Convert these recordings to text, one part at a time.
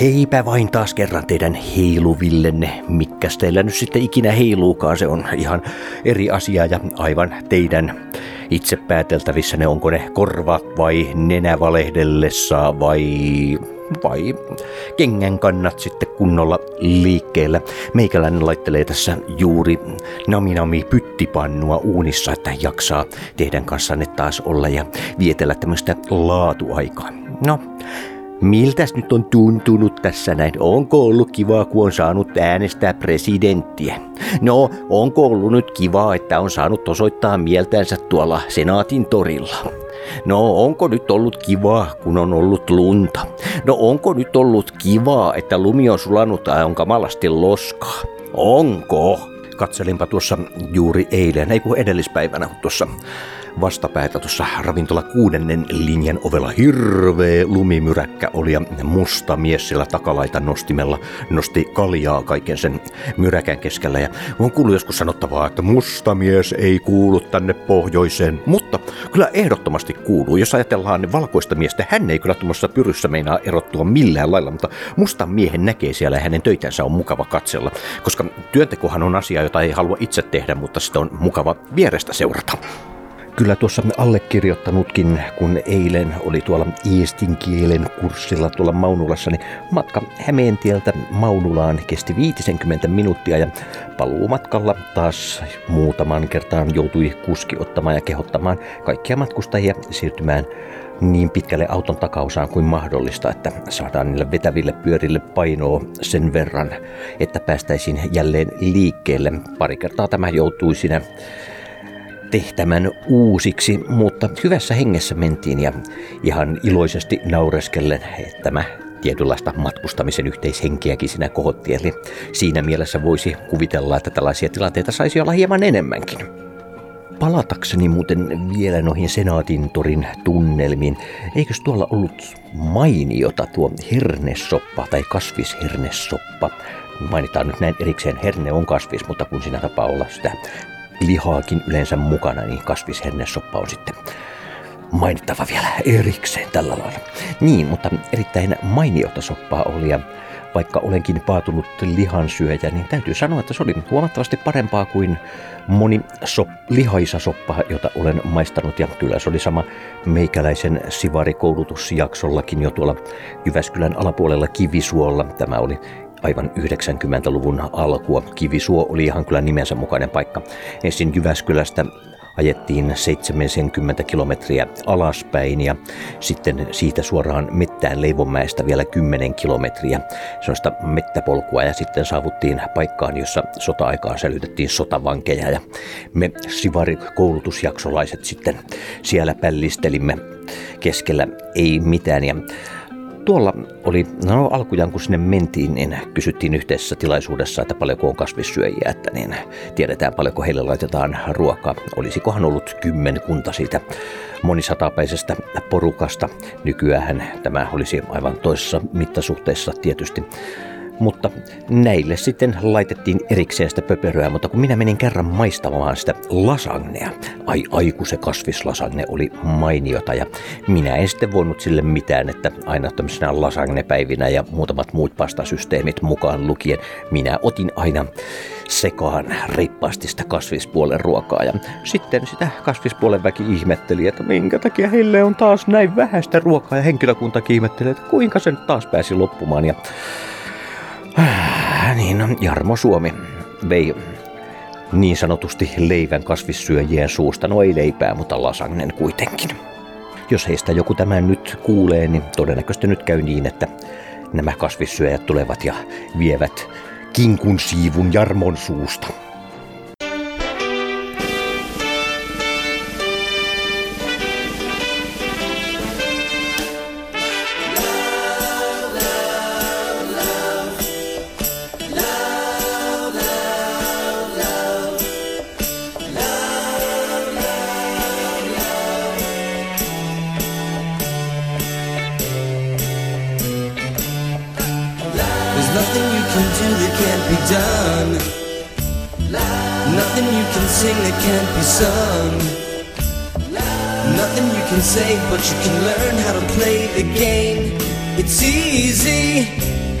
Heipä vain taas kerran teidän heiluvillenne. Mikkäs teillä nyt sitten ikinä heiluukaan, se on ihan eri asia ja aivan teidän itse pääteltävissä ne, onko ne korvat vai nenävalehdellessa vai kengän kannat sitten kunnolla liikkeellä. Meikäläinen laittelee tässä juuri nami pyttipannua uunissa, että jaksaa teidän kanssanne taas olla ja vietellä tämmöistä laatuaikaa. No, miltäs nyt on tuntunut tässä näin? Onko ollut kivaa, kun on saanut äänestää presidenttiä? No, onko ollut nyt kivaa, että on saanut osoittaa mieltänsä tuolla Senaatin torilla? No, onko nyt ollut kivaa, kun on ollut lunta? No, onko nyt ollut kivaa, että lumi on sulanut tai on kamalasti loskaa? Onko? Katselinpa tuossa juuri eilen, ei kun edellispäivänä tuossa vastapäätä tuossa ravintola 6. linjan ovella hirveä lumimyräkkä oli ja musta mies sillä takalaitan nostimella nosti kaljaa kaiken sen myräkän keskellä. Ja on kuullut joskus sanottavaa, että musta mies ei kuulu tänne pohjoiseen, mutta kyllä ehdottomasti kuuluu. Jos ajatellaan valkoista miestä, hän ei kyllä tuommoisessa pyryssä meinaa erottua millään lailla, mutta mustan miehen näkee siellä ja hänen töitänsä on mukava katsella, koska työntekohan on asia, jota ei halua itse tehdä, mutta sitä on mukava vierestä seurata. Kyllä tuossa allekirjoittanutkin, kun eilen oli tuolla eestin kielen kurssilla tuolla Maunulassa, niin matka Hämeentieltä Maunulaan kesti 50 minuuttia ja paluumatkalla taas muutaman kertaan joutui kuski ottamaan ja kehottamaan kaikkia matkustajia siirtymään niin pitkälle auton takaosaan kuin mahdollista, että saadaan niille vetäville pyörille painoa sen verran, että päästäisiin jälleen liikkeelle. Pari kertaa tämä joutui siinä tehtämän uusiksi, mutta hyvässä hengessä mentiin ja ihan iloisesti naureskellen tämä tietynlaista matkustamisen yhteishenkiäkin siinä kohottiin. Eli siinä mielessä voisi kuvitella, että tällaisia tilanteita saisi olla hieman enemmänkin. Palatakseni muuten vielä noihin Senaatin torin tunnelmiin. Eikös tuolla ollut mainiota tuo hernesoppa tai kasvishernesoppa? Mainitaan nyt näin erikseen, herne on kasvis, mutta kun siinä tapaa olla sitä lihaakin yleensä mukana, niin kasvishernesoppa on sitten mainittava vielä erikseen tällä lailla. Niin, mutta erittäin mainiota soppaa oli ja vaikka olenkin paatunut lihansyöjä, niin täytyy sanoa, että se oli huomattavasti parempaa kuin moni lihaisa soppa, jota olen maistanut. Ja kyllä se oli sama meikäläisen sivarikoulutusjaksollakin jo tuolla Jyväskylän alapuolella Kivisuolla. Tämä oli aivan 90-luvun alkua. Kivisuo oli ihan kyllä nimensä mukainen paikka. Ensin Jyväskylästä ajettiin 70 kilometriä alaspäin ja sitten siitä suoraan Mettään Leivonmäestä vielä 10 kilometriä sellaista mettäpolkua ja sitten saavuttiin paikkaan, jossa sota-aikaan säilytettiin sotavankeja ja me sivarikoulutusjaksolaiset sitten siellä pällistelimme keskellä ei mitään ja tuolla oli, alkujaan kun sinne mentiin, niin kysyttiin yhteisessä tilaisuudessa, että paljonko on kasvissyöjiä, että niin tiedetään paljonko heille laitetaan ruokaa. Olisikohan ollut 10 siitä monisatapäisestä porukasta. Nykyään tämä olisi aivan toisessa mittasuhteessa tietysti. Mutta näille sitten laitettiin erikseen sitä pöperöä, mutta kun minä menin kerran maistamaan sitä lasagnea, kun se kasvislasagne oli mainiota ja minä en sitten voinut sille mitään, että aina tämmöisenä lasagnepäivinä ja muutamat muut pastasysteemit mukaan lukien, minä otin aina sekaan reippaasti sitä kasvispuolen ruokaa ja sitten sitä kasvispuolen väki ihmetteli, että minkä takia heille on taas näin vähäistä ruokaa ja henkilökuntakin ihmetteli, että kuinka se nyt taas pääsi loppumaan ja niin, Jarmo Suomi vei niin sanotusti leivän kasvissyöjien suusta. No ei leipää, mutta lasagnen kuitenkin. Jos heistä joku tämän nyt kuulee, niin todennäköisesti nyt käy niin, että nämä kasvissyöjät tulevat ja vievät kinkun siivun Jarmon suusta. Nothing you can do that can't be done. Nothing you can sing that can't be sung. Nothing you can say, but you can learn how to play the game. It's easy,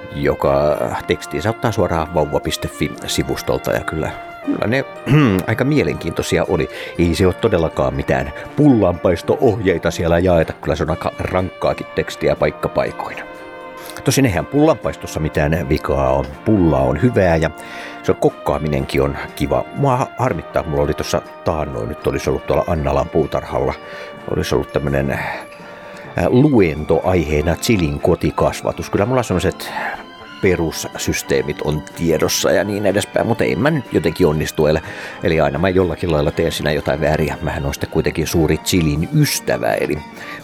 joka tekstinsä ottaa suoraan vauva.fi-sivustolta ja kyllä ne aika mielenkiintoisia oli. Ei se ole todellakaan mitään pullanpaisto-ohjeita siellä jaeta, kyllä se on aika rankkaakin tekstiä paikkapaikoina. Tosin eihän pullanpaistossa mitään vikaa on. Pulla on hyvää ja se kokkaaminenkin on kiva. Mua harmittaa, mulla oli tuossa taannoin, nyt olisi ollut tuolla Annalan puutarhalla, olisi ollut tämmönen luentoaiheena chilin kotikasvatus. Kyllä mulla sellaiset perussysteemit on tiedossa ja niin edespäin, mutta en mä nyt jotenkin onnistu. Eli aina mä jollakin lailla teen siinä jotain vääriä. Mähän on sitten kuitenkin suuri chilin ystävä, eli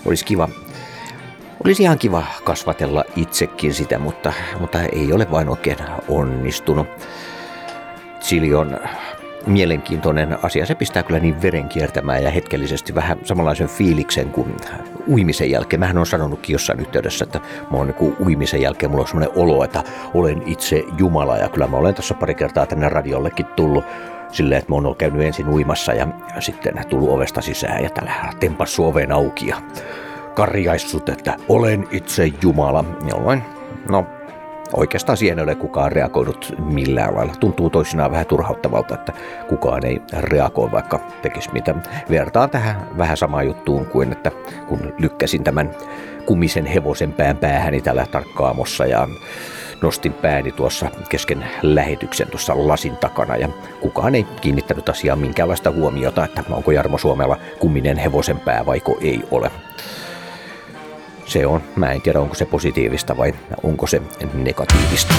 olisi ihan kiva kasvatella itsekin sitä, mutta ei ole vain oikein onnistunut. Chili on mielenkiintoinen asia. Se pistää kyllä niin veren kiertämään ja hetkellisesti vähän samanlaisen fiiliksen kuin uimisen jälkeen. Mähän on sanonutkin jossain yhteydessä, että mä oon niin uimisen jälkeen mulla on semmoinen olo, että olen itse Jumala. Ja kyllä mä olen tässä pari kertaa tänne radiollekin tullut silleen, että mä oon käynyt ensin uimassa ja sitten tullut ovesta sisään ja täällä tempassu oven auki ja karjaissut, että olen itse Jumala. Jolloin, oikeastaan siihen ei ole kukaan reagoinut millään lailla. Tuntuu toisinaan vähän turhauttavalta, että kukaan ei reagoi, vaikka tekisi mitä. Vertaan tähän vähän samaan juttuun kuin, että kun lykkäsin tämän kumisen hevosen pään päähäni täällä tarkkaamossa ja nostin pääni tuossa kesken lähetyksen tuossa lasin takana ja kukaan ei kiinnittänyt asiaan minkäänlaista huomiota, että onko Jarmo Suomella kuminen hevosen pää vaiko ei ole. Se on, mä en tiedä onko se positiivista vai onko se negatiivista.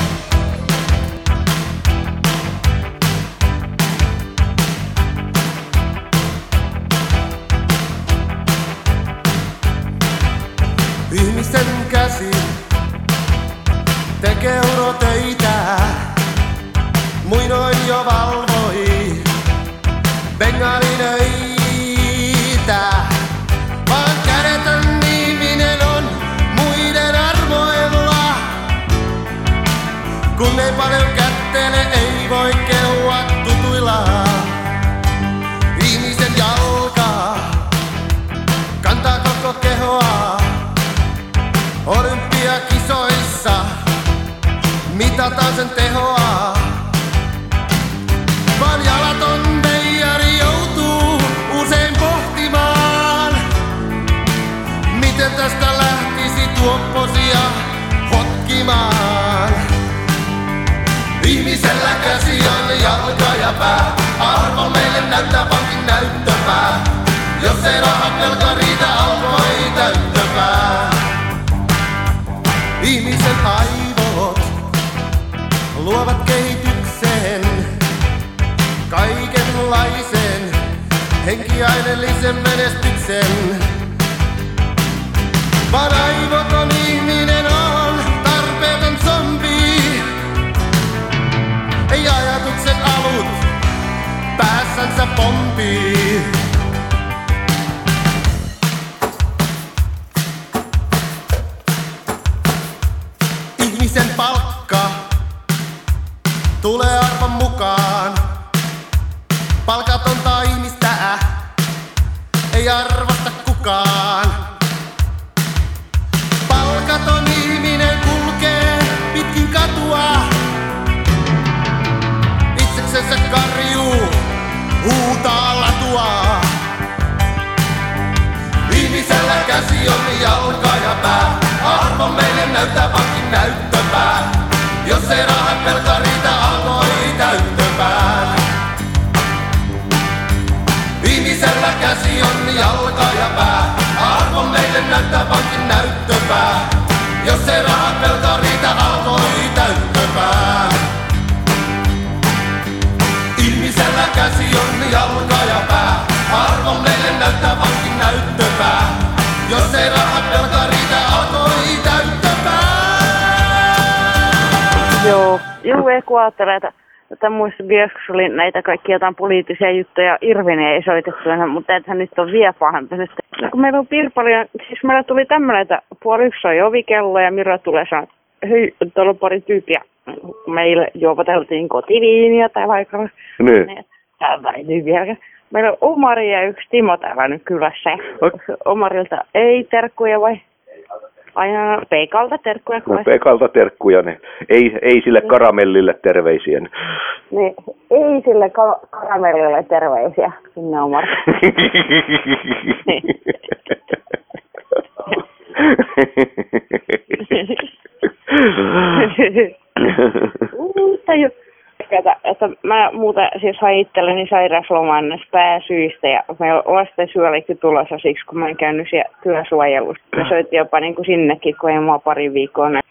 Ihmisen käsi tekee urotöitä, muinoin jo valvoi bengalinöitä. Vaan kädetön ihminen on muiden armoilla, kun ei paljon kättele, ei voi kehua tutuilla. Ihmisen jalka kantaa koko kehoa. Olympiakisoissa mitataan sen tehoa. Vaan jalaton veijari joutuu usein pohtimaan, miten tästä lähtisi tuopposia hotkimaan. Ihmisellä käsi on jalka ja pää, arvo meille näyttää pankin näyttöpää. Jos ei rahat velka riitä, alkoi täyttöpää. Ihmisen aivot luovat kehityksen, kaikenlaisen henkiaineellisen menestyksen. Vaan aivoton ihminen on tarpeeton zombi, ei ajatuksen alut päässänsä pompii. Ihmisen palkka tulee arvon mukaan. Palkatonta ihmistä ei arvosta kukaan. Palkaton ihminen kulkee pitkin katua, itseksensä karjuu, huutaa latua. Ihmisellä käsi on jalka ja pää, arvo meille näyttää pankin näyttöpää. Jos ei rahat velka riitä, alkoi täyttöpää. Ihmisellä käsi on jalka ja pää, arvo meille näyttää pankin näyttöpää. Jos ei rahat velka riitä, alkoi täyttöpää. Ihmisellä käsi on jalka ja pää, arvo meille näyttää pankin näyttöpää. Jos ei rahat velka riitä, alkoi täyttöpää. Joo, kun ajattelee, että muissa vieressä oli näitä kaikkia jotain poliittisia juttuja Irvine ei soitettu, mutta ethän nyt on vielä pahempi. No, kun meillä on Pirpali, siis meillä tuli tämmöinen, että 12:30 soi ovikello ja Mira tulee sanoa, että hei, täällä on pari tyyppiä. Meillä juopateltiin kotiviiniä täällä aikalla. Niin. Täällä ei nyt vielä. Meillä on Omari ja yksi Timo täällä nyt kylässä. Omarilta ei terkkuja vai? Aina Peikalta terkkuja. No Pekalta terkkuja, ne. Ei sille karamellille terveisiä. Niin, ei sille karamellille terveisiä. Sinne on Marko. Että mä muuten siis hain itselleni sairausloman näistä pääsyistä ja meillä on lastensuojelukin tulossa siksi, kun mä en käynyt siellä työsuojelussa. Mä soitin jopa niin kuin sinnekin, kun ei mua pari viikkoa näin.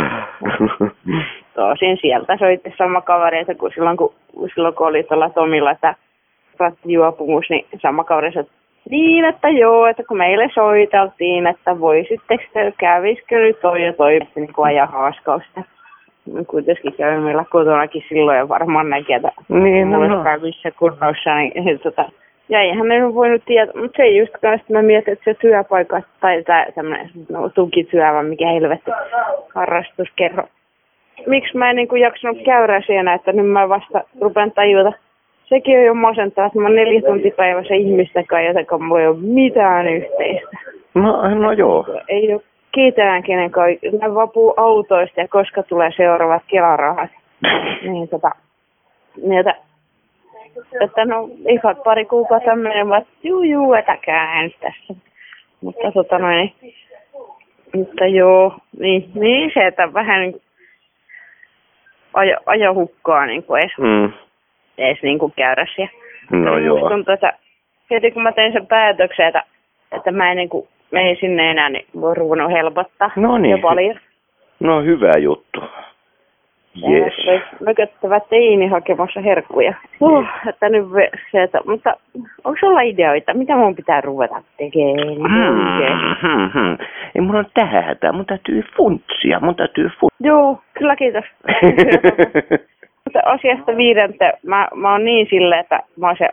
Tosin sieltä soitti sama kaveri, että kun silloin kun oli tuolla Tomilla tämä rattijuopumus, niin sama kaveri sanoi, niin, että joo, että kun meille soiteltiin, että voisitteko te, kävisikö nyt toi ja toi, niin kuin ajaa haaskausta. Mä kuitenkin kävin meillä kotonakin silloin ja varmaan näki, että mulla olisi missä kunnossa, niin ja eihän ne ole voinut tietää, mutta se ei just kanssa, mä mietin, että se työpaikka tai tämmöinen tukityö, mikä helvetti harrastuskerro. Miksi mä en niin kuin jaksanut käydä siinä, että nyt mä vasta rupean tajuta. Sekin on jo masentava, että mä oon 4 tuntia päivässä ihmistä kai, jotenka mulla ei ole mitään yhteistä. No joo. Ei ole ketään kenenkään. Mä vapuu autoista ja koska tulee seuraavat Kela-rahat. Niin että no ihan pari kuukautta menen, että juu, etäkään tässä. Mutta joo, niin se, että vähän niin ajo hukkaa niin kuin edes niin kuin käydä siellä. No joo. Tuntuu, että heti kun mä tein sen päätöksen, että mä en niin kuin mene sinne enää, niin voi ruvennut helpottaa. No niin. Ja paljon. No hyvä juttu. Yes. Mököttävä teini hakemassa herkkuja. Että nyt se, mutta onko sulla ideoita, mitä mun pitää ruveta tekemään? Ei mun on tähätä, mun täytyy funtsia, Joo, kyllä kiitos. Mutta asiasta 5. Mä oon niin silleen, että mä oon se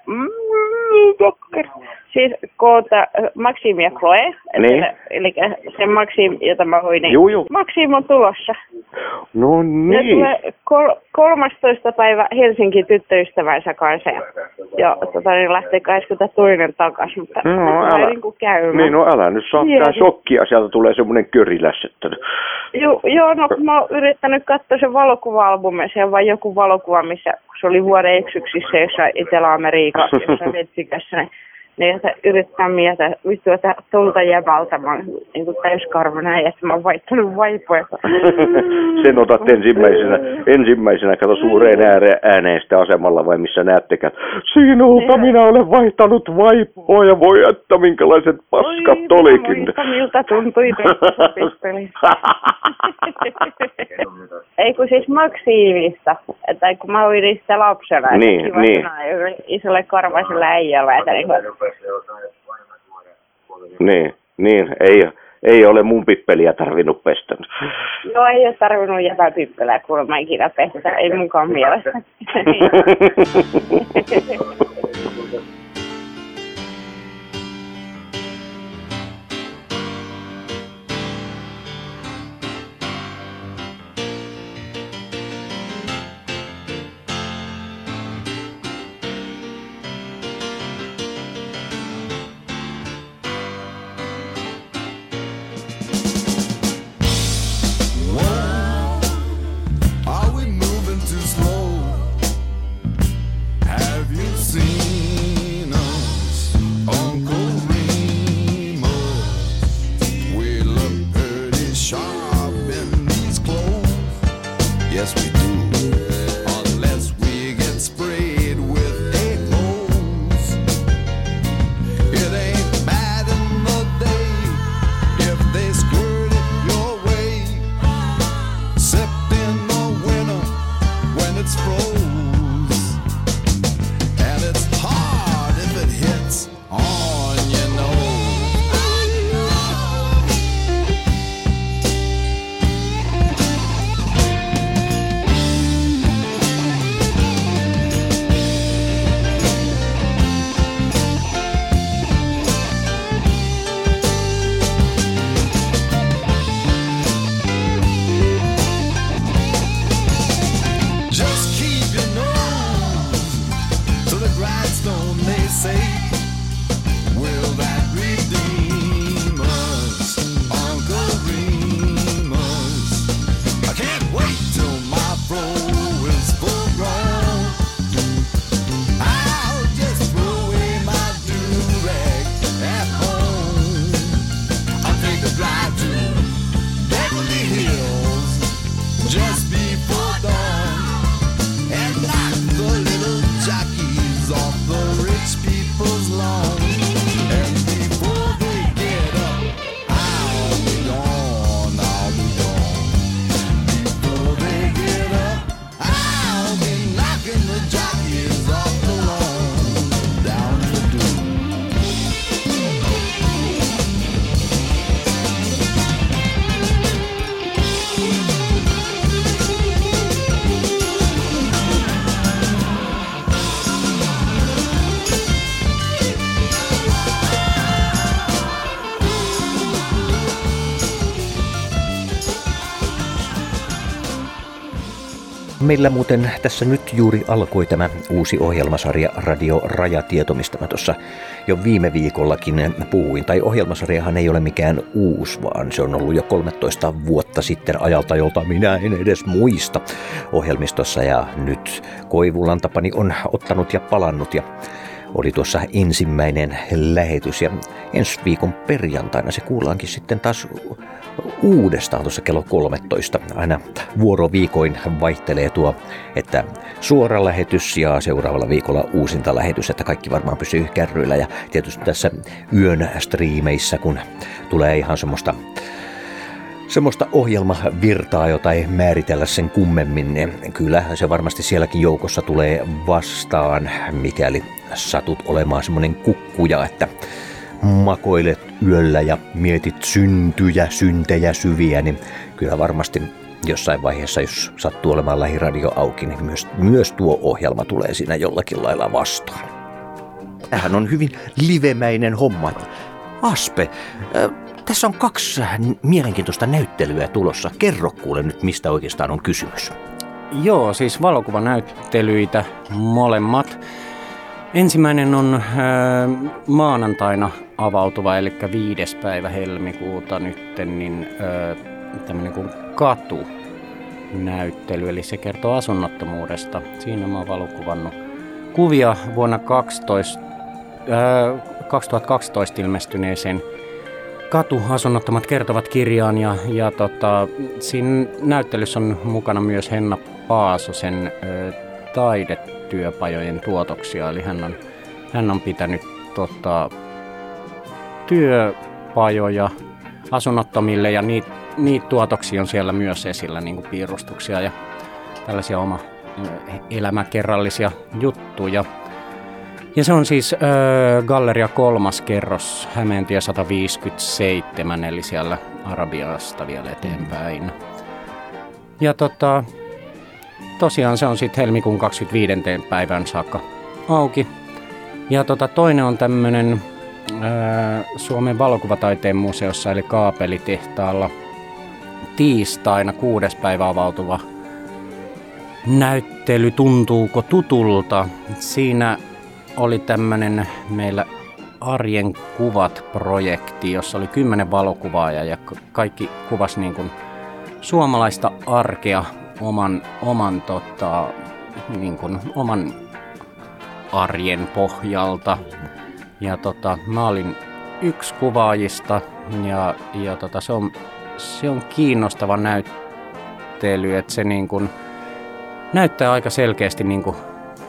siis Maxim ja Chloe, niin. eli se Maxim, jota mä hoidin. Joo. Maxim on tulossa. No niin. Ne tulee 13. päivä Helsingin tyttöystävänsä kanssa ja niin lähtee 22. takaisin, mutta älä niin kuin käymään. Niin, no älä nyt saa tää shokkia, sieltä tulee semmonen köriläs, että... Joo, no mä oon yrittänyt katsoa sen valokuva-albumin, se on vain joku valokuva, missä se oli vuoden eksyksissä jossain Etelä-Amerikassa, jossain Metsikässä, niin yrittää miettiä, että tuolta jäbältä mä oon niin täyskarvana ja mä oon vaihtanut vaipoja. Sen otat ensimmäisenä kato suureen ääneen sitä asemalla vai missä näettekään. Sinulta minä olen vaihtanut vaipoa ja voi että minkälaiset paskat olikin. Miltä tuntui tässä pistelissä. Ei kun siis Maximista, että kun mä hoidin sitä lapsena, niin. Isolle karvaiselle äijällä, että Niin, ei ole mun pippeliä tarvinnut pestä. Joo, ei ole tarvinnut jätää pippelää kuulemma ikinä pestä, ei munkaan mielestä. Meillä muuten tässä nyt juuri alkoi tämä uusi ohjelmasarja Radio Rajatieto, mistä mä tuossa jo viime viikollakin puhuin. Tai ohjelmasarjahan ei ole mikään uusi, vaan se on ollut jo 13 vuotta sitten ajalta, jolta minä en edes muista ohjelmistossa. Ja nyt Koivulan Tapani on ottanut ja palannut ja oli tuossa ensimmäinen lähetys. Ja ensi viikon perjantaina se kuullaankin sitten taas uudestaan tuossa kello 13. Aina vuoroviikoin vaihtelee tuo, että suora lähetys ja seuraavalla viikolla uusinta lähetys, että kaikki varmaan pysyy kärryillä. Ja tietysti tässä yön striimeissä, kun tulee ihan semmoista ohjelmavirtaa, jota ei määritellä sen kummemmin, niin kyllä se varmasti sielläkin joukossa tulee vastaan, mikäli satut olemaan semmoinen kukkuja, että makoilet yöllä ja mietit syntejä, syviä, niin kyllä varmasti jossain vaiheessa, jos sattuu olemaan lähiradio auki, niin myös tuo ohjelma tulee siinä jollakin lailla vastaan. Tämähän on hyvin livemäinen homma. Aspe, tässä on 2 mielenkiintoista näyttelyä tulossa. Kerro kuule nyt, mistä oikeastaan on kysymys. Joo, siis valokuvanäyttelyitä molemmat. Ensimmäinen on maanantaina avautuva, eli 5. päivä helmikuuta nytten, niin tämmöinen kuin katunäyttely, eli se kertoo asunnottomuudesta. Siinä mä oon valokuvannut kuvia vuonna 2012 ilmestyneeseen Katu-asunnottomat kertovat kirjaan, ja siinä näyttelyssä on mukana myös Henna Paasosen taidetyöpajojen tuotoksia, eli hän on pitänyt työpajoja asunnottomille, ja niitä tuotoksia on siellä myös esillä, niin kuin piirustuksia ja tällaisia oma elämäkerrallisia juttuja. Ja se on siis Galleria 3. kerros, Hämeentie 157, eli siellä Arabiasta vielä eteenpäin. Ja tosiaan se on sitten helmikuun 25. päivän saakka auki. Ja toinen on tämmöinen Suomen valokuvataiteen museossa, eli Kaapelitehtaalla tiistaina 6. päivä avautuva näyttely Tuntuuko tutulta? Siinä oli tämmöinen meillä Arjen kuvat-projekti, jossa oli 10 valokuvaajaa ja kaikki kuvasi niin kuin suomalaista arkea oman arjen pohjalta. Ja mä olin yksi kuvaajista ja se on kiinnostava näyttely, että se niin kuin näyttää aika selkeästi niin kuin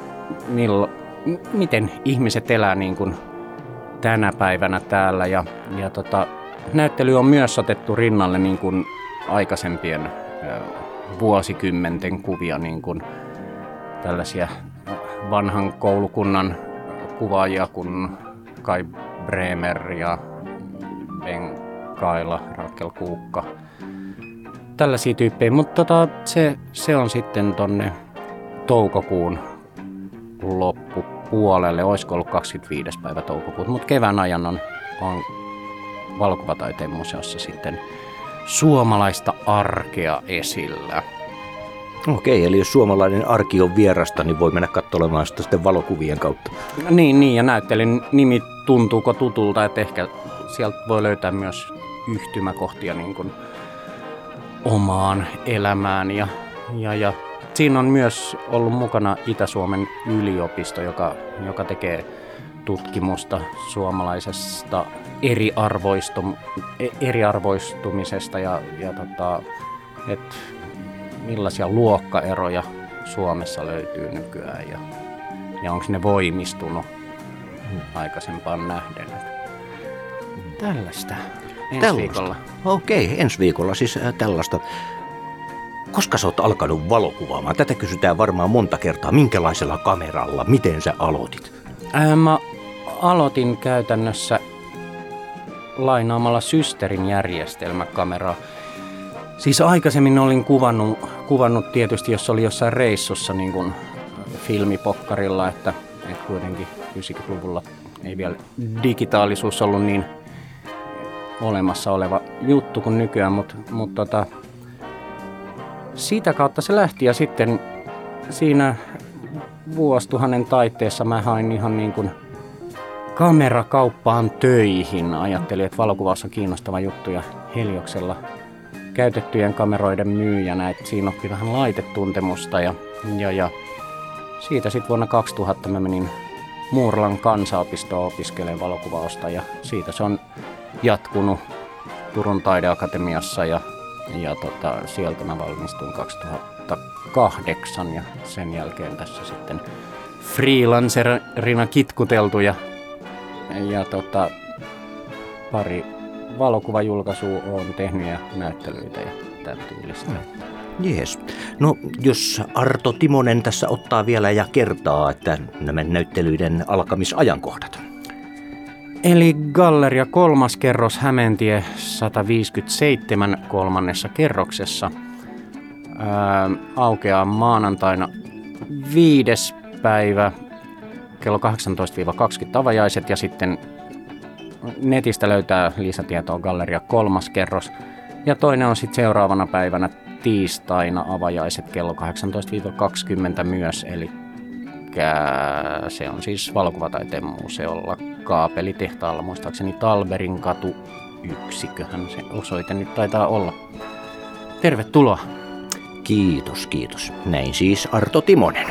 miten ihmiset elää niin kuin tänä päivänä täällä. Ja näyttely on myös otettu rinnalle niin kuin aikaisempien vuosikymmenten kuvia, niin kuin tällaisia vanhan koulukunnan kuvaajia kuin Kai Bremer ja Ben Kaila, Rakel Kuukka. Tällaisia tyyppejä, mutta se on sitten tonne toukokuun loppupuolelle, olisiko ollut 25. päivä toukokuuta, mutta kevään ajan on Valokuvataiteen museossa sitten suomalaista arkea esillä. Okei, eli jos suomalainen arki on vierasta, niin voi mennä katselemaan sitä sitten valokuvien kautta. Niin, ja näyttelyn nimi Tuntuuko tutulta, että ehkä sieltä voi löytää myös yhtymäkohtia niin kuin omaan elämään. Ja siinä on myös ollut mukana Itä-Suomen yliopisto, joka tekee tutkimusta suomalaisesta eriarvoistumisesta ja että millaisia luokkaeroja Suomessa löytyy nykyään ja onko ne voimistunut aikaisempaan nähden. Tällaista ensi viikolla. Okei, ensi viikolla siis tällaista. Koska sä oot alkanut valokuvaamaan? Tätä kysytään varmaan monta kertaa. Minkälaisella kameralla? Miten sä aloitit? Mä aloitin käytännössä lainaamalla Systerin järjestelmäkameraa. Siis aikaisemmin olin kuvannut tietysti, jos oli jossain reissussa niin kuin filmipokkarilla, että kuitenkin 90-luvulla ei vielä digitaalisuus ollut niin olemassa oleva juttu kuin nykyään, mutta siitä kautta se lähti ja sitten siinä vuosituhannen taitteessa mä hain ihan niin kuin kamerakauppaan töihin. Ajattelin, että valokuvaus on kiinnostava juttu ja Helioksella käytettyjen kameroiden myyjänä, että siinä oppi vähän laitetuntemusta ja siitä sitten vuonna 2000 mä menin Muuralan kansanopistoon opiskelemaan valokuvausta ja siitä se on jatkunut Turun taideakatemiassa ja sieltä mä valmistuin 2008 ja sen jälkeen tässä sitten freelancerina kitkuteltu ja pari valokuvajulkaisua on tehnyt ja näyttelyitä ja tämän tyylistä. Jees. No jos Arto Timonen tässä ottaa vielä ja kertaa, että nämä näyttelyiden alkamisajankohdat. Eli Galleria 3. kerros Hämeentie 157 3. kerroksessa. Aukeaa maanantaina 5. päivä kello 18-20 avajaiset ja sitten netistä löytää lisätietoa Galleria 3. kerros. Ja toinen on sitten seuraavana päivänä tiistaina avajaiset kello 18-20 myös, eli se on siis Valokuvataiteen museolla Kaapelitehtaalla, muistaakseni Talberin katu 1, se osoite nyt taitaa olla. Tervetuloa. Kiitos, kiitos. Näin siis Arto Timonen.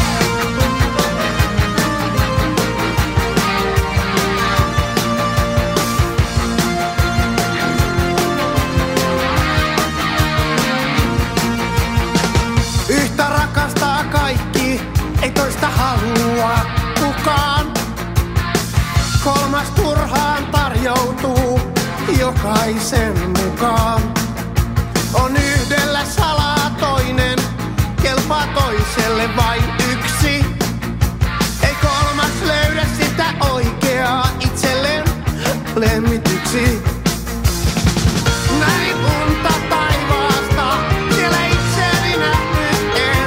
Yhtä rakastaa kaikki, ei toista halua kukaan. 3. turhaan tarjoutuu jokaisen mukaan. On yhdellä salaa toinen, kelpaa toiselle vain yksi. Ei 3. löydä sitä oikeaa itselleen lemmityksi. Näin unta taivaasta, siellä itseni nähnyt en.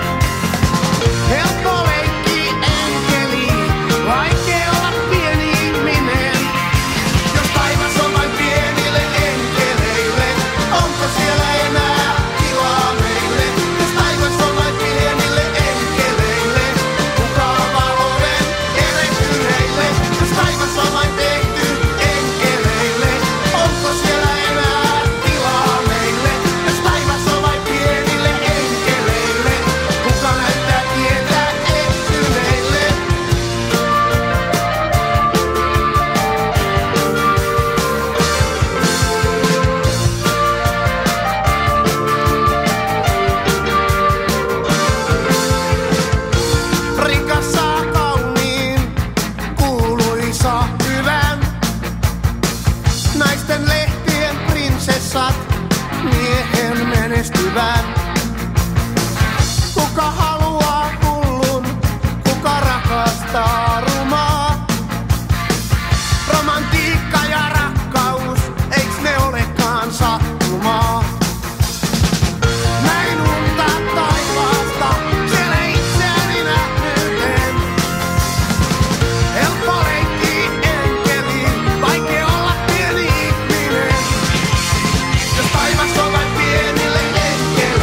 Helppo leikki enkeli, vaikea olla pieni ihminen. Jos taivas on vain pienille enkeleille, onko siellä enää tilaa meille? Jos taivas on vain pienille enkeleille, kuka avaa oven erehtyneille? Jos taivas on vain tehty enkeleille, onko siellä enää tilaa meille? Jos taivas on vain pienille enkeleille, kuka näyttää tietä eksyneille? Rikas saa kauniin, kuuluisa hyvän. Naisten lehtien prinsessat, miehen menestyvän. Kuka haluaa hullun, kuka rakastaa rumaa? Romantiikka ja rakkaus, eiks ne olekaan sattumaa? Näin unta taivaasta, siellä itseäni nähnyt en. Helppo leikki enkeli, vaikea olla pieni ihminen. Jos taivas on vain pienille enkeleille,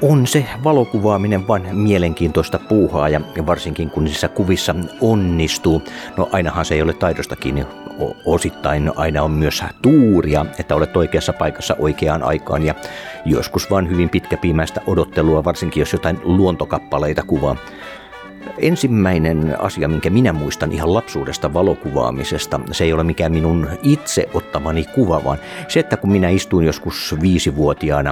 On se valokuvaaminen vain mielenkiintoista puuhaa ja varsinkin kun niissä kuvissa onnistuu. No ainahan se ei ole taidosta kiinni, osittain aina on myös tuuria, että olet oikeassa paikassa oikeaan aikaan ja joskus vaan hyvin pitkäpiimäistä odottelua, varsinkin jos jotain luontokappaleita kuvaa. Ensimmäinen asia, minkä minä muistan ihan lapsuudesta valokuvaamisesta, se ei ole mikään minun itse ottamani kuva, vaan se, että kun minä istuin joskus 5-vuotiaana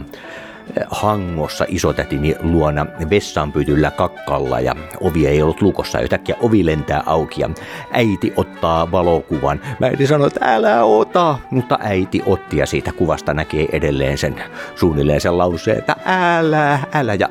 Hangossa isotätini luona vessanpytyllä kakkalla ja ovi ei ollut lukossa. Yhtäkkiä ovi lentää auki ja äiti ottaa valokuvan. Mä äiti sanoi, että älä ota, mutta äiti otti ja siitä kuvasta näkee edelleen sen suunnilleen sen lauseen, että älä. Ja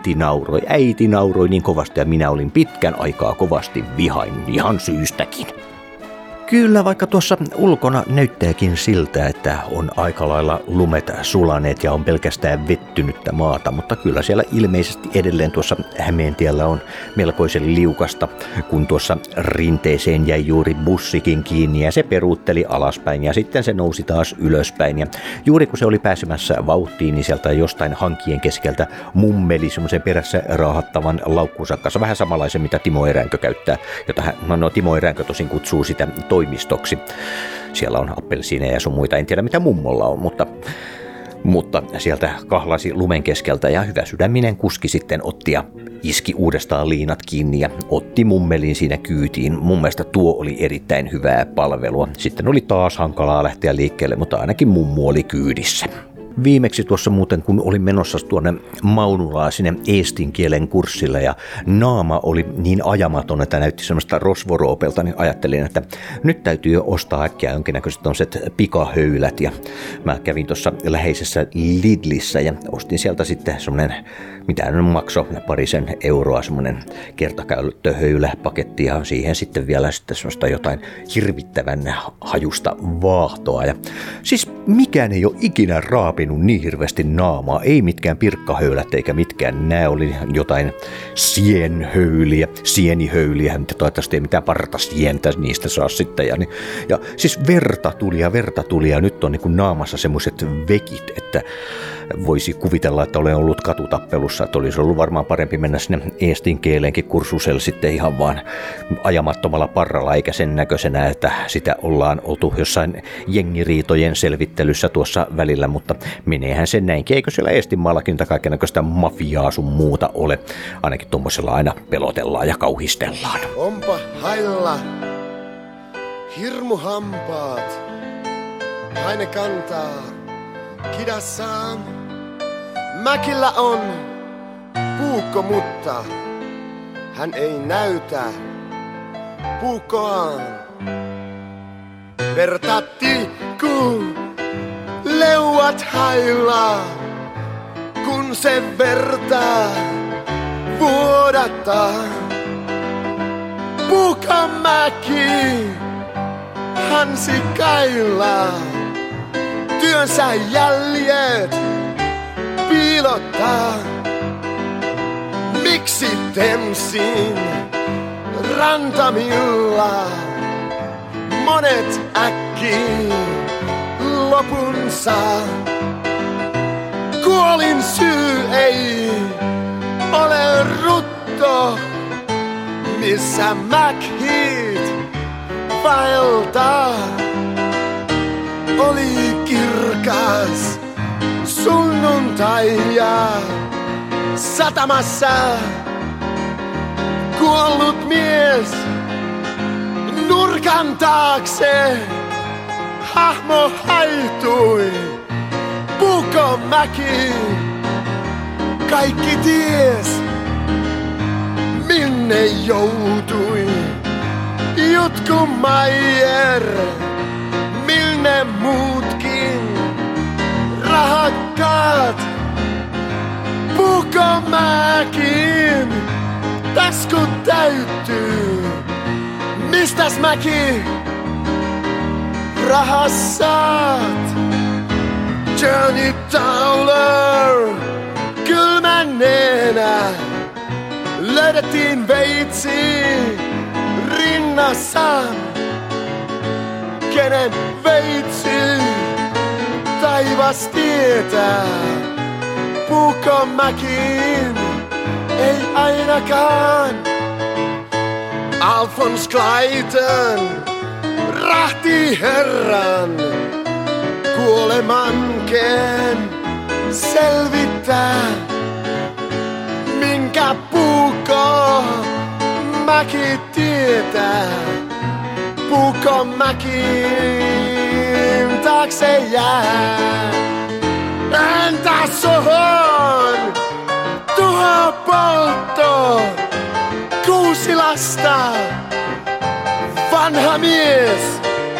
äiti nauroi niin kovasti ja minä olin pitkän aikaa kovasti vihain ihan syystäkin. Kyllä, vaikka tuossa ulkona näyttääkin siltä, että on aika lailla lumet sulaneet ja on pelkästään vettynyttä maata, mutta kyllä siellä ilmeisesti edelleen tuossa Hämeentiellä on melkoisen liukasta, kun tuossa rinteeseen jäi juuri bussikin kiinni ja se peruutteli alaspäin ja sitten se nousi taas ylöspäin. Ja juuri kun se oli pääsemässä vauhtiin, niin sieltä jostain hankien keskeltä mummeli semmoisen perässä raahattavan laukkunsa kanssa, vähän samanlaisen mitä Timo Eränkö käyttää, jota Timo Eränkö tosin kutsuu sitä toimistoksi. Siellä on appelsiineja ja sun muita, en tiedä mitä mummolla on, mutta sieltä kahlasi lumen keskeltä ja hyvä sydäminen kuski sitten otti ja iski uudestaan liinat kiinni ja otti mummelin siinä kyytiin. Mun mielestä tuo oli erittäin hyvää palvelua. Sitten oli taas hankalaa lähteä liikkeelle, mutta ainakin mummu oli kyydissä. Viimeksi tuossa muuten, kun olin menossa tuonne Maunulaan sinne eestin kielen kurssille ja naama oli niin ajamaton, että näytti semmoista rosvoroopelta, niin ajattelin, että nyt täytyy ostaa äkkiä jonkinnäköiset tommoset pikahöylät. Ja mä kävin tuossa läheisessä Lidlissä ja ostin sieltä sitten semmoinen, mitä nyt maksoi 2 euroa, semmoinen kertakäyttöhöyläpaketti ja siihen sitten vielä sitten semmoista jotain hirvittävän hajusta vaahtoa. Ja siis mikään ei ole ikinä raapinut niin hirveästi naamaa, ei mitkään pirkkahöylät eikä mitkään. Nämä oli jotain sienihöyliä, mitä toivottavasti ei mitään partasientä niistä saa sitten. Ja siis verta tuli ja nyt on niin kuin naamassa semmoiset vekit, että voisi kuvitella, että olen ollut katutappelussa, että olisi ollut varmaan parempi mennä sinne eestin kieleenkin kursuselle sitten ihan vaan ajamattomalla parralla, eikä sen näköisenä, että sitä ollaan oltu jossain jengiriitojen selvittelyssä tuossa välillä, mutta meneehän sen näinkin. Eikö siellä Eestinmaallakin kaikennäköistä mafiaa sun muuta ole? Ainakin tuommoisella aina pelotellaan ja kauhistellaan. Onpa hailla hirmuhampaat, haine kantaa kidassaan. Mäkillä on puukko, mutta hän ei näytä puukkoaan. Vertatti kun leuat hailaa, kun se vertaa vuodattaa. Puukomäki hansi kailaa, työnsä jäljet piilottaa. Miksi Temsin rantamilla monet äkkiin lopunsa? Kuolin syy ei ole rutto, missä McHeath vaeltaa. Oli kirkas sunnuntai ja satamassa kuollut mies nurkan taakse. Hahmo haihtui, Puukomäki. Kaikki ties, minne joutui. Jutku Maier, minne muutkin rahakkaat. Puukomäkin taskut täyttyy. Mistäs Mäki rahas saat? Johnny Towler kylmäneenä löydettiin veitsi rinnassaan. Kenen veitsi taivas tietää? Puukonmäkiin, ei ainakaan. Alfons Clayton, rahti herran, kuolemankeen selvittää, minkä Puukonmäki tietää. Puukonmäkiin taakse jää. Entä sohon, tuho poltto, 6 lasta, vanha mies,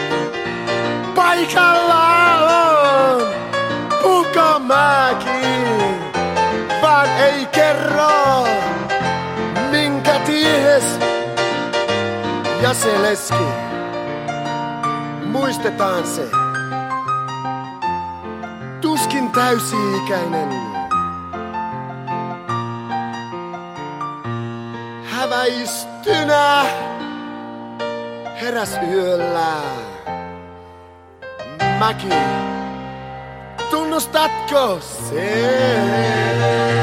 paikalla on Puukonmäki, vaan ei kerro, minkä ties. Ja se leski, muistetaan se, tuskin täysi-ikäinen. Häväistynä heräs yöllä. Mäki, tunnustatko sen?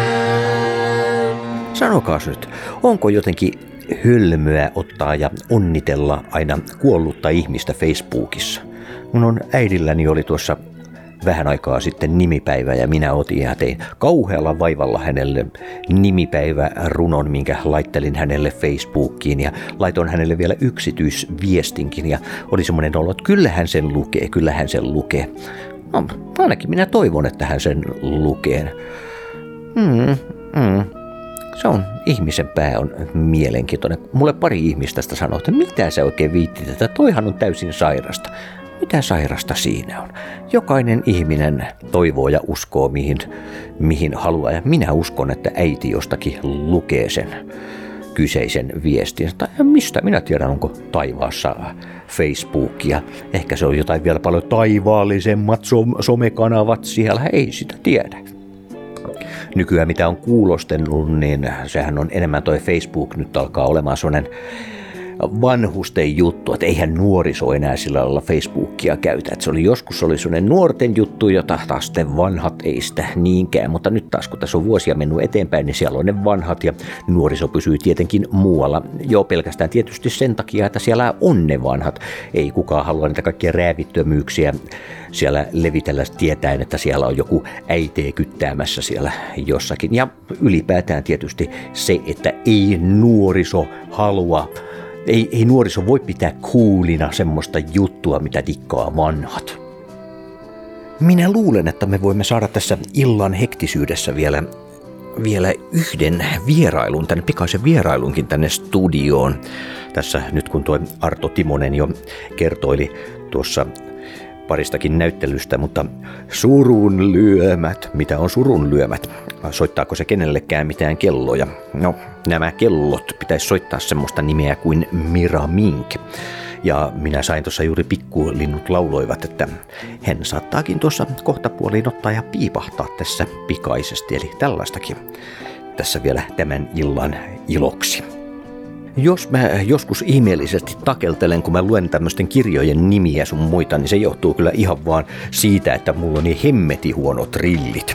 Sanokaas nyt, onko jotenkin hölmöä ottaa ja onnitella aina kuollutta ihmistä Facebookissa? Mun äidilläni oli tuossa vähän aikaa sitten nimipäivä ja minä otin ja tein kauhealla vaivalla hänelle nimipäivärunon, minkä laittelin hänelle Facebookiin ja laitoin hänelle vielä yksityisviestinkin ja oli semmoinen olo, että kyllähän sen lukee. No, ainakin minä toivon, että hän sen lukee. Se on, ihmisen pää on mielenkiintoinen. Mulle pari ihmistä tästä sanoo, että mitä sä oikein viittit, että toihan on täysin sairasta. Mitä sairasta siinä on? Jokainen ihminen toivoo ja uskoo mihin haluaa. Ja minä uskon, että äiti jostakin lukee sen kyseisen viestin. Tai mistä minä tiedän, onko taivaassa Facebookia. Ehkä se on jotain vielä paljon taivaallisemmat somekanavat siellä. Ei sitä tiedä. Nykyään mitä on kuulostellut, niin sehän on enemmän toi Facebook nyt alkaa olemaan sellainen vanhusten juttu, että eihän nuoriso enää sillä lailla Facebookia käytä. Että joskus oli sellainen nuorten juttu, jota taas sitten vanhat ei sitä niinkään, mutta nyt taas kun tässä on vuosia mennyt eteenpäin, niin siellä on ne vanhat ja nuoriso pysyy tietenkin muualla. Jo pelkästään tietysti sen takia, että siellä on ne vanhat. Ei kukaan halua niitä kaikkia räävittömyyksiä siellä levitellä tietäen, että siellä on joku äitee kyttäämässä siellä jossakin. Ja ylipäätään tietysti se, että ei nuoriso halua, ei nuoriso voi pitää coolina semmoista juttua, mitä dikkaa vanhat. Minä luulen, että me voimme saada tässä illan hektisyydessä vielä yhden vierailun, pikaisen vierailunkin tänne studioon. Tässä nyt kun tuo Arto Timonen jo kertoili tuossa paristakin näyttelystä, mutta surun lyömät. Mitä on surun lyömät? Soittaako se kenellekään mitään kelloja? No, nämä kellot pitäisi soittaa semmoista nimeä kuin Mira Mink. Ja minä sain tuossa juuri pikkulinnut lauloivat, että hän saattaakin tuossa kohtapuoliin ottaa ja piipahtaa tässä pikaisesti. Eli tällaistakin tässä vielä tämän illan iloksi. Jos mä joskus ihmeellisesti takeltelen, kun mä luen tämmöisten kirjojen nimiä sun muita, niin se johtuu kyllä ihan vaan siitä, että mulla on niin hemmeti huonot rillit.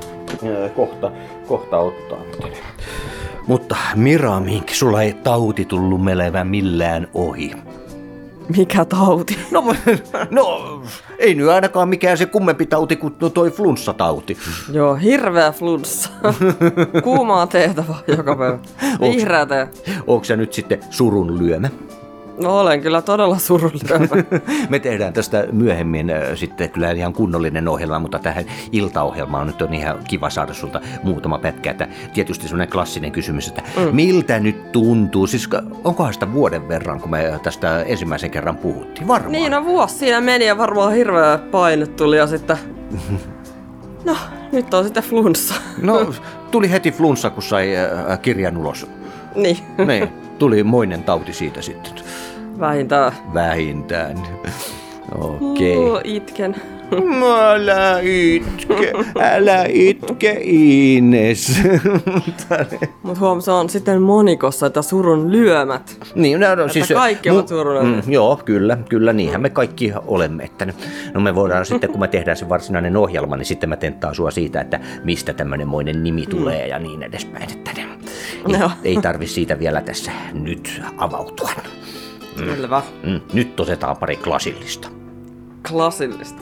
Kohta ottaa. Mutta Mira Mink, sulla ei tauti tullut melevä millään ohi. Mikä tauti? No, ei nyt ainakaan mikään se kummempi tauti kuin toi flunssatauti. Joo, hirveä flunssa. Kuumaa teetä vaan joka päivä. Vihreä tee. Onko sä nyt sitten surun lyömä? No, olen kyllä todella surunlyömä. Me tehdään tästä myöhemmin sitten kyllä ihan kunnollinen ohjelma, mutta tähän iltaohjelmaan nyt on ihan kiva saada sulta muutama pätkä. Että tietysti sellainen klassinen kysymys, että miltä nyt tuntuu? Siis onkohan sitä vuoden verran, kun me tästä ensimmäisen kerran puhuttiin? Varmaan. Niin, no vuosi siinä meni ja varmaan hirveä paine tuli ja sitten... No, nyt on sitten flunssa. No, tuli heti flunssa, kun sai kirjan ulos. Niin. Niin, tuli moinen tauti siitä sitten. Vähintään. Vähintään. Okei. Itken. Älä itke Ines. Mut huom, se on sitten monikossa, että surun lyömät. Niin, no, siis kaikki ovat surun joo, kyllä, niinhän me kaikki olemme. Että no me voidaan sitten, kun me tehdään se varsinainen ohjelma, niin sitten mä tentaan sua siitä, että mistä tämmöinen nimi tulee ja niin edespäin. Että ei tarvi siitä vielä tässä nyt avautua. Selvä. Nyt otetaan pari klasillista. Klasillista.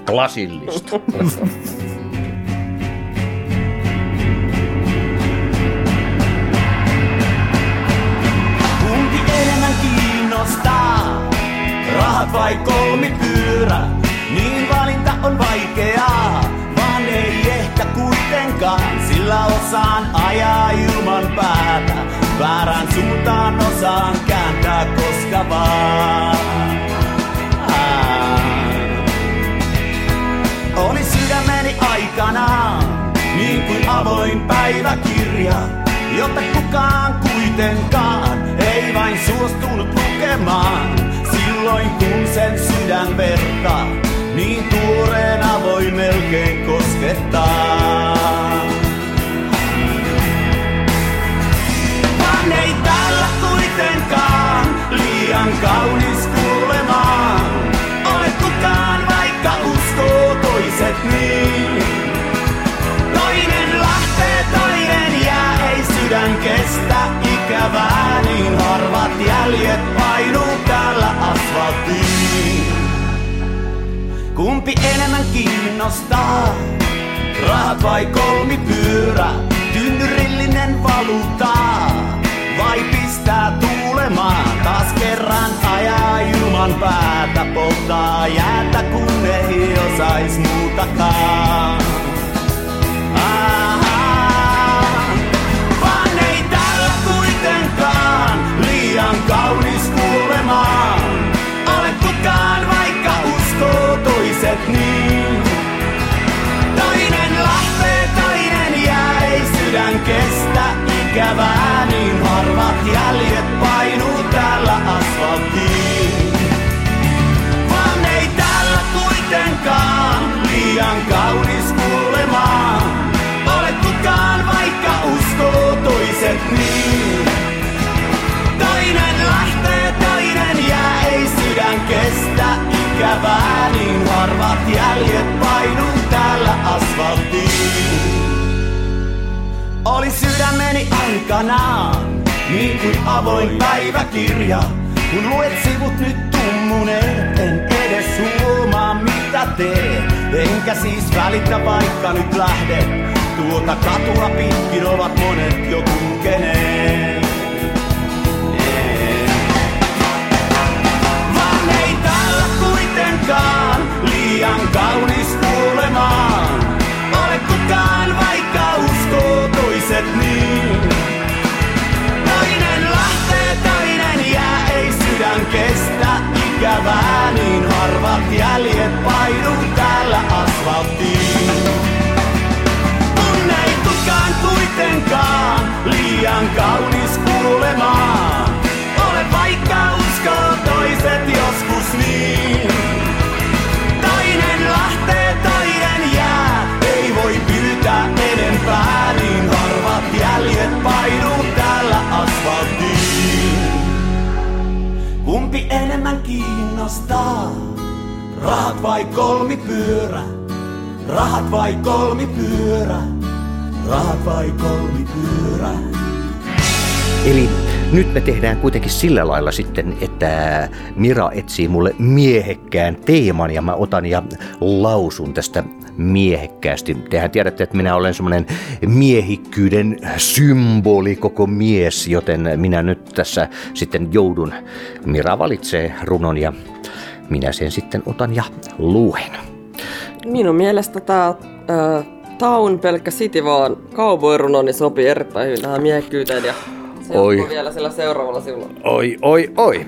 Kumpi enemmän kiinnostaa? Rahat vai kolmipyörä? Niin valinta on vaikeaa, vaan ei ehkä kuitenkaan, sillä osaan ajaa ilman päätä. Väärään suuntaan osaan kääntää koska vaan. Oli sydämeni aikanaan, niin kuin avoin päiväkirja, jota kukaan kuitenkaan ei vain suostunut lukemaan. Silloin kun sen sydän vertaa, niin tuoreena voi melkein koskettaa. Vaan ei tällä kuitenkaan liian kaunis kuulemaan ole kukaan, vaikka uskoo toiset niin. Toinen lähtee, toinen jää, ei sydän kestä ikävää, niin harvat jäljet painuu täällä asfalttiin. Kumpi enemmän kiinnostaa? Rahat vai kolmipyörä? Tynnyrillinen valuuttaa? Vai pistää tuulemaan? Taas kerran ajaa ilman päätä, polttaa jäätä kun ei osais muutakaan. Vaan ei tällä kuitenkaan liian kaunis kuulemaan ole kukaan, vaikka uskoo toiset niin. Toinen lähtee, toinen jää, ei sydän kestä ikävää, niin harvat jäljet painuu täällä asfalttiin. Vaan ei tällä kuitenkaan liian kaunis kuulemaan ole kukaan, vaikka uskoo toiset niin. Toinen lähtee, toinen jää, ei sydän kestä ikävää, niin harvat jäljet painuu täällä asfalttiin. Oli sydämeni aikanaan, niin kuin avoin päiväkirja. Kun luet sivut nyt tummuneet, en edes huomaa mitä teet. Enkä siis välitä, vaikka nyt lähdet. Tuota katua pitkin ovat monet jo kulkeneet. Vaan ei tällä kuitenkaan liian kaunis kuulemaan ole kukaan, vaikka uskoo toiset niin. Toinen lähtee, toinen jää, ei sydän kestä ikävää, niin harvat jäljet painuu täällä asfalttiin. Kun ei kukaan kuitenkaan liian kaunis kuulemaan ole, vaikka uskoo toiset joskus niin. Toinen lähtee, toinen jää, ei voi pyytää enempää, niin harvat jäljet painuu täällä asfalttiin. Kumpi enemmän kiinnostaa? Rahat vai kolmipyörä? Rahat vai kolmipyörä? Rahat vai kolmipyörä? Eli nyt me tehdään kuitenkin sillä lailla sitten, että Mira etsii mulle miehekkään teeman ja mä otan ja lausun tästä miehekkäästi. Tehän tiedätte, että minä olen semmoinen miehikkyyden symboli, koko mies, joten minä nyt tässä sitten joudun. Mira valitsee runon ja minä sen sitten otan ja luen. Minun mielestä tää Town pelkkä City vaan cowboy-runo niin sopii erittäin hyvin tähän miehekkyyteen ja se on vielä sillä seuraavalla sivulla. Oi.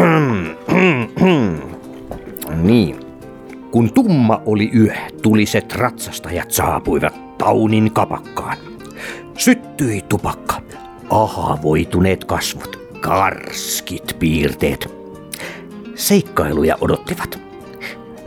Niin. Kun tumma oli yö, tuliset ratsastajat saapuivat Townin kapakkaan. Syttyi tupakka, ahavoituneet kasvot, karskit piirteet. Seikkailuja odottivat.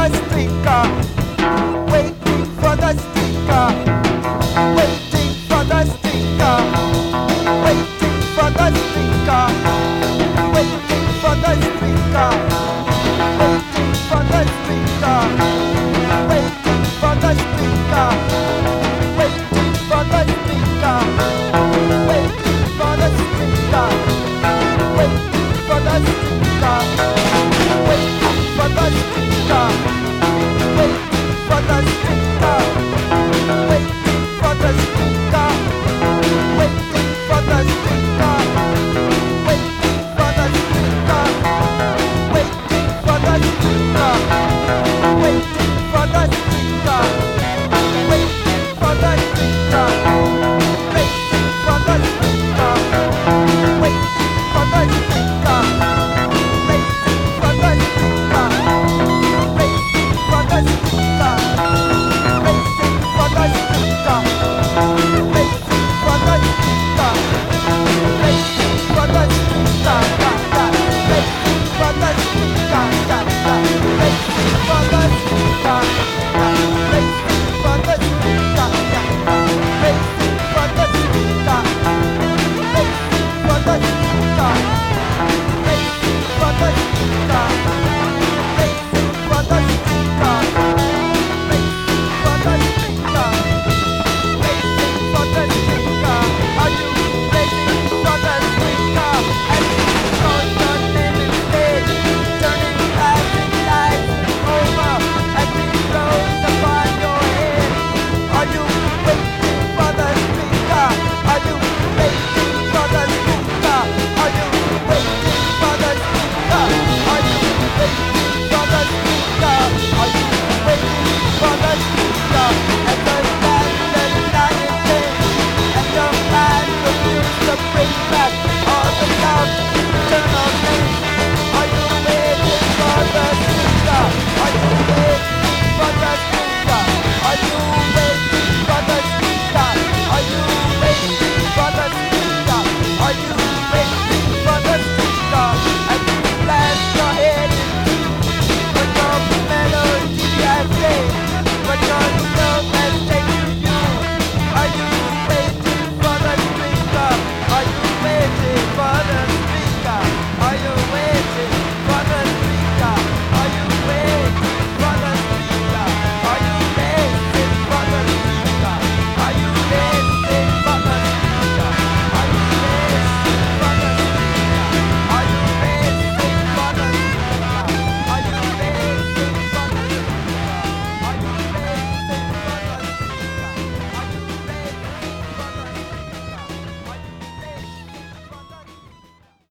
the speaker. Waiting for the speaker. Waiting for the speaker. Waiting for the speaker. Waiting for the speaker. Waiting for the speaker. Waiting for the speaker. Waiting for the speaker. Waiting for the speaker. Waiting for the speaker. Waiting for the speaker.